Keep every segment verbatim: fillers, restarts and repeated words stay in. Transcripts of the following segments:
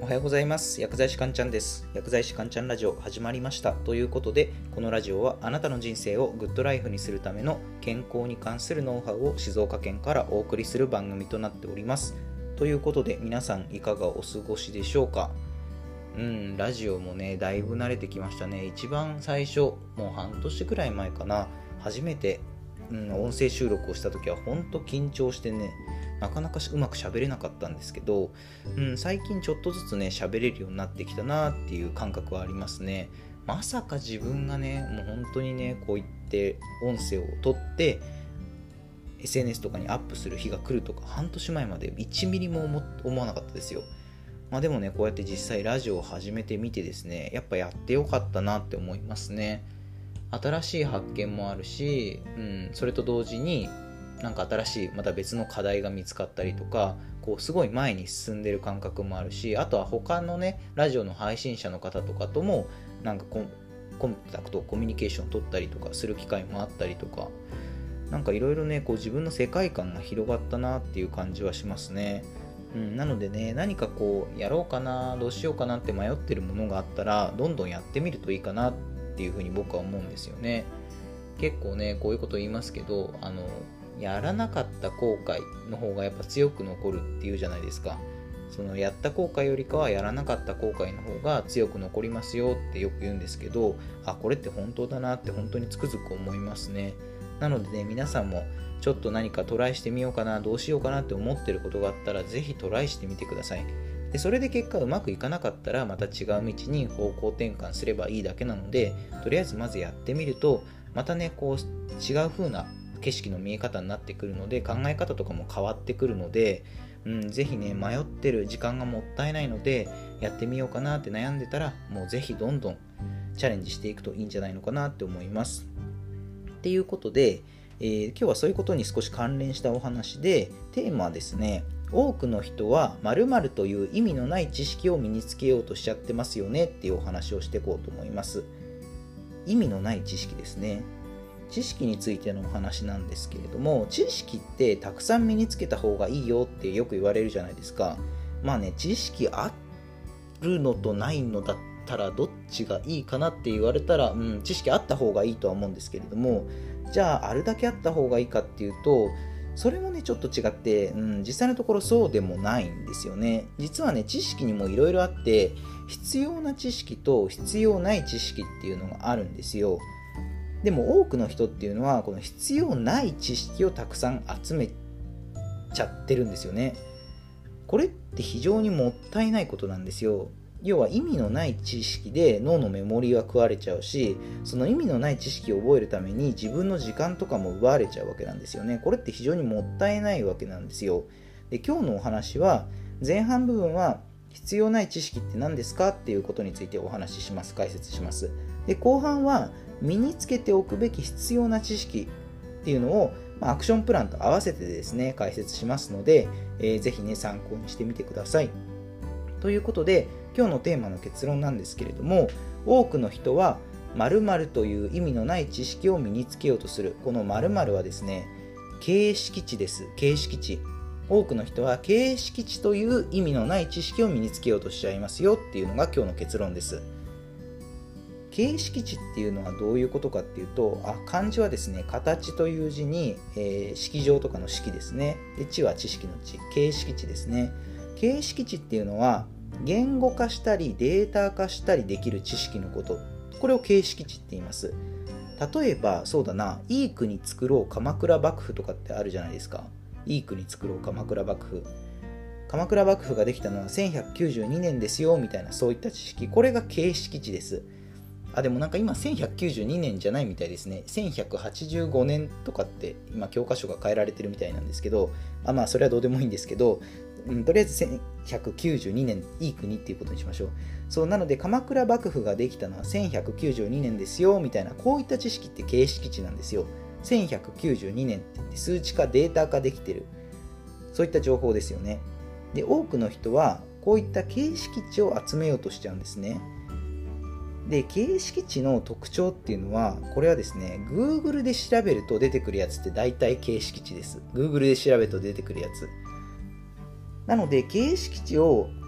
おはようございます。薬剤師かんちゃんです。薬剤師かんちゃんラジオ始まりました。ということで、このラジオはあなたの人生をグッドライフにするための健康に関するノウハウを静岡県からお送りする番組となっております。ということで、皆さんいかがお過ごしでしょうか。うん、ラジオもね、だいぶ慣れてきましたね。一番最初、もう半年くらい前かな、初めて、うん、音声収録をした時はほんと緊張してね、なかなかうまく喋れなかったんですけど、うん、最近ちょっとずつね喋れるようになってきたなっていう感覚はありますね。まさか自分がねもう本当にねこう言って音声を取ってエスエヌエス とかにアップする日が来るとか半年前までいちミリも思思わなかったですよ。まあでもねこうやって実際ラジオを始めてみてですね、やっぱやってよかったなって思いますね。新しい発見もあるし、うん、それと同時になんか新しいまた別の課題が見つかったりとか、こうすごい前に進んでる感覚もあるし、あとは他のねラジオの配信者の方とかともなんかコン、コンタクトコミュニケーションを取ったりとかする機会もあったりとか、なんかいろいろねこう自分の世界観が広がったなっていう感じはしますね。うん、なのでね何かこうやろうかなどうしようかなって迷ってるものがあったらどんどんやってみるといいかなっていうふうに僕は思うんですよね。結構ねこういうこと言いますけど、あのやらなかった後悔の方がやっぱ強く残るっていうじゃないですか。そのやった後悔よりかはやらなかった後悔の方が強く残りますよってよく言うんですけど、あ、これって本当だなって本当につくづく思いますね。なのでね皆さんもちょっと何かトライしてみようかなどうしようかなって思ってることがあったらぜひトライしてみてください。でそれで結果うまくいかなかったらまた違う道に方向転換すればいいだけなので、とりあえずまずやってみるとまたねこう違う風な景色の見え方になってくるので、考え方とかも変わってくるので、うん、ぜひね迷ってる時間がもったいないのでやってみようかなって悩んでたらもうぜひどんどんチャレンジしていくといいんじゃないのかなって思います。っていうことで、えー、今日はそういうことに少し関連したお話で、テーマはですね、多くの人は〇〇という意味のない知識を身につけようとしちゃってますよねっていうお話をしていこうと思います。意味のない知識ですね。知識についてのお話なんですけれども、知識ってたくさん身につけた方がいいよってよく言われるじゃないですか。まあね、知識あるのとないのだったらどっちがいいかなって言われたら、うん、知識あった方がいいとは思うんですけれども、じゃああるだけあった方がいいかっていうとそれもねちょっと違って、うん、実際のところそうでもないんですよね。実はね知識にもいろいろあって、必要な知識と必要ない知識っていうのがあるんですよ。でも多くの人っていうのはこの必要ない知識をたくさん集めちゃってるんですよね。これって非常にもったいないことなんですよ。要は意味のない知識で脳のメモリーは食われちゃうし、その意味のない知識を覚えるために自分の時間とかも奪われちゃうわけなんですよね。これって非常にもったいないわけなんですよ。で、今日のお話は前半部分は必要ない知識って何ですかっていうことについてお話しします。解説します。で、後半は身につけておくべき必要な知識っていうのを、まあ、アクションプランと合わせてですね解説しますので、えー、ぜひね参考にしてみてください。ということで今日のテーマの結論なんですけれども、多くの人は〇〇という意味のない知識を身につけようとする。この〇〇はですね形式値です。形式値。多くの人は形式値という意味のない知識を身につけようとしちゃいますよっていうのが今日の結論です。形式値っていうのはどういうことかっていうと、あ漢字はですね形という字に、えー、式場とかの式ですね。で知は知識の知、形式値ですね。形式値っていうのは言語化したりデータ化したりできる知識のこと、これを形式値って言います。例えばそうだな、いい国作ろう鎌倉幕府とかってあるじゃないですか。いい国作ろう鎌倉幕府、鎌倉幕府ができたのはせんひゃくきゅうじゅうにねんですよみたいな、そういった知識、これが形式値です。あでもなんか今せんひゃくきゅうじゅうにねんじゃないみたいですね。せんひゃくはちじゅうごねんとかって今教科書が変えられてるみたいなんですけど、あまあそれはどうでもいいんですけど、うん、とりあえずせんひゃくきゅうじゅうにねん、いい国っていうことにしましょう。そうなので鎌倉幕府ができたのはせんひゃくきゅうじゅうにねんですよみたいな、こういった知識って形式値なんですよ。せんひゃくきゅうじゅうにねんって言って数値化データ化できてる、そういった情報ですよね。で多くの人はこういった形式値を集めようとしちゃうんですね。で形式値の特徴っていうのは、これはですね Google で調べると出てくるやつって大体形式値です。 Google で調べると出てくるやつなので、形式値を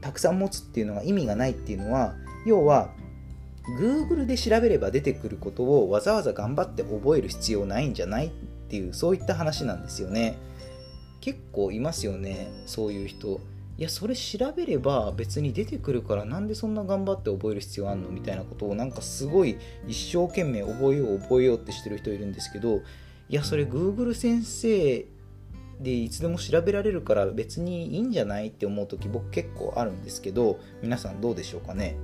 たくさん持つっていうのが意味がないっていうのは、要は Google で調べれば出てくることをわざわざ頑張って覚える必要ないんじゃないっていう、そういった話なんですよね。結構いますよね、そういう人。いや、それ調べれば別に出てくるから、なんでそんな頑張って覚える必要あんのみたいなことを、なんかすごい一生懸命覚えよう覚えようってしてる人いるんですけど、いや、それ Google 先生でいつでも調べられるから別にいいんじゃないって思う時、僕結構あるんですけど、皆さんどうでしょうかね。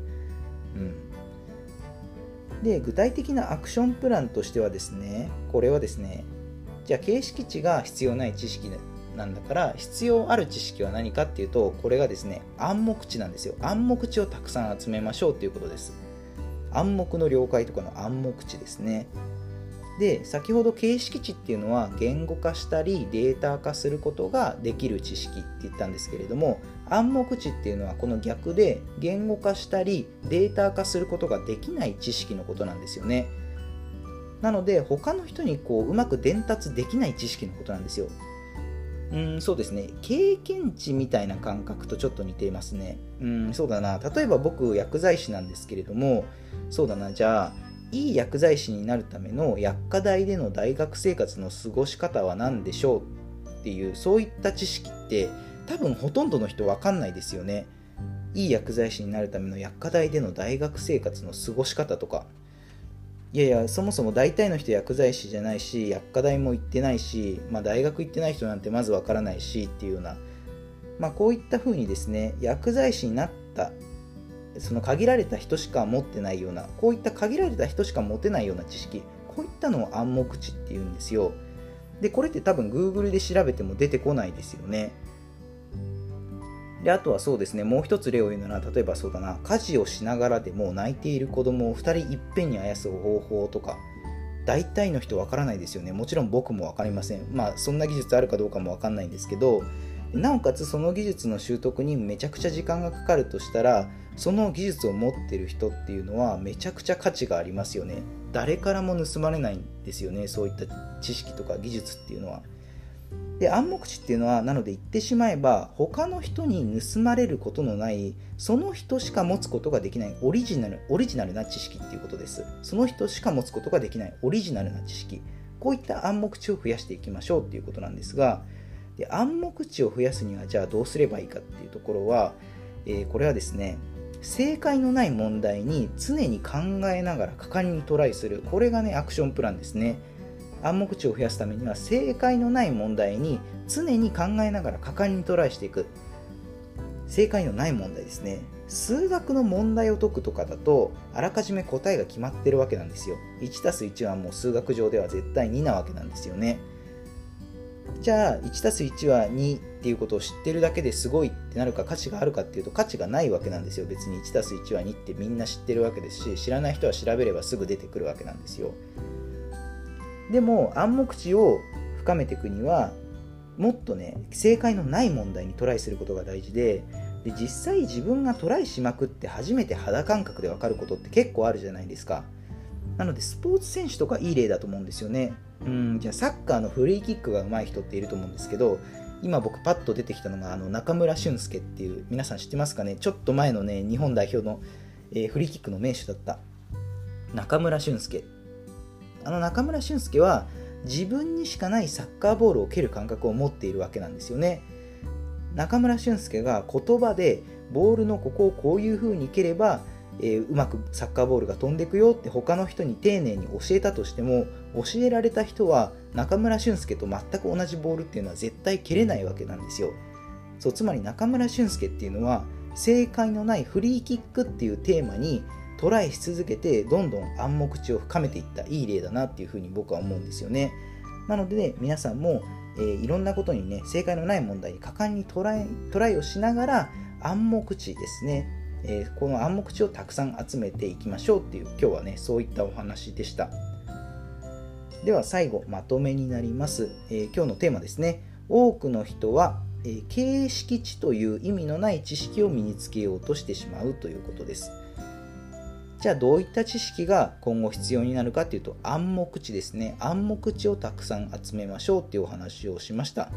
うん。で、具体的なアクションプランとしてはですね、これはですね、じゃあ形式値が必要ない知識なんだから、必要ある知識は何かっていうと、これがですね、暗黙知なんですよ。暗黙知をたくさん集めましょうということです。暗黙の了解とかの暗黙知ですね。で、先ほど形式値っていうのは言語化したりデータ化することができる知識って言ったんですけれども、暗黙知っていうのはこの逆で、言語化したりデータ化することができない知識のことなんですよね。なので他の人にこううまく伝達できない知識のことなんですよ。うん、そうですね。経験値みたいな感覚とちょっと似ていますね。うん、そうだな。例えば僕、薬剤師なんですけれども、そうだな。じゃあ、いい薬剤師になるための薬科大での大学生活の過ごし方は何でしょうっていう、そういった知識って多分ほとんどの人分かんないですよね。いい薬剤師になるための薬科大での大学生活の過ごし方とか。いやいや、そもそも大体の人薬剤師じゃないし、薬科大も行ってないし、まあ、大学行ってない人なんてまずわからないしっていうような、まあ、こういった風にですね、薬剤師になったその限られた人しか持ってないような、こういった限られた人しか持てないような知識、こういったのを暗黙知っていうんですよ。で、これって多分 Google で調べても出てこないですよね。で、あとはそうですね、もう一つ例を言うなら、例えばそうだな、家事をしながらでも泣いている子供をふたりいっぺんにあやす方法とか、大体の人わからないですよね。もちろん僕もわかりません。まあそんな技術あるかどうかもわかんないんですけど、なおかつその技術の習得にめちゃくちゃ時間がかかるとしたら、その技術を持ってる人っていうのはめちゃくちゃ価値がありますよね。誰からも盗まれないんですよね、そういった知識とか技術っていうのは。で、暗黙知っていうのは、なので言ってしまえば他の人に盗まれることのない、その人しか持つことができないオリジナルオリジナルな知識っていうことです。その人しか持つことができないオリジナルな知識、こういった暗黙知を増やしていきましょうっていうことなんですが、で、暗黙知を増やすにはじゃあどうすればいいかっていうところは、えー、これはですね、正解のない問題に常に考えながら果敢にトライする、これがねアクションプランですね。暗黙知を増やすためには、正解のない問題に常に考えながら果敢にトライしていく。正解のない問題ですね。数学の問題を解くとかだと、あらかじめ答えが決まってるわけなんですよ。いちたすいちはもう数学上では絶対になわけなんですよね。じゃあ いちたすいち はにっていうことを知ってるだけですごいってなるか、価値があるかっていうと価値がないわけなんですよ。別に いちたすいち はにってみんな知ってるわけですし、知らない人は調べればすぐ出てくるわけなんですよ。でも暗黙知を深めていくには、もっとね、正解のない問題にトライすることが大事で、で、実際自分がトライしまくって初めて肌感覚で分かることって結構あるじゃないですか。なのでスポーツ選手とかいい例だと思うんですよね。うん、じゃあサッカーのフリーキックが上手い人っていると思うんですけど、今僕パッと出てきたのがあの中村俊輔っていう、皆さん知ってますかね。ちょっと前のね、日本代表の、えー、フリーキックの名手だった中村俊輔。あの中村俊輔は自分にしかないサッカーボールを蹴る感覚を持っているわけなんですよね。中村俊輔が言葉でボールのここをこういう風に蹴れば、えー、うまくサッカーボールが飛んでいくよって他の人に丁寧に教えたとしても、教えられた人は中村俊輔と全く同じボールっていうのは絶対蹴れないわけなんですよ。そう、つまり中村俊輔っていうのは正解のないフリーキックっていうテーマにトライし続けて、どんどん暗黙知を深めていったいい例だなっていうふうに僕は思うんですよね。なのでね、皆さんも、えー、いろんなことにね、正解のない問題に果敢にトライ、トライをしながら暗黙知ですね、えー、この暗黙知をたくさん集めていきましょうっていう、今日はね、そういったお話でした。では最後、まとめになります。えー、今日のテーマですね。多くの人は、えー、形式知という意味のない知識を身につけようとしてしまうということです。じゃあどういった知識が今後必要になるかというと、暗黙知ですね。暗黙知をたくさん集めましょうっていうお話をしました。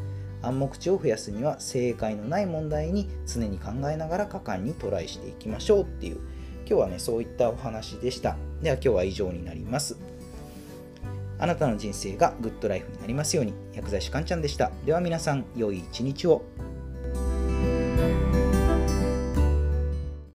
暗黙知を増やすには正解のない問題に常に考えながら果敢にトライしていきましょうっていう、今日はねそういったお話でした。では今日は以上になります。あなたの人生がグッドライフになりますように。薬剤師かんちゃんでした。では皆さん良い一日を。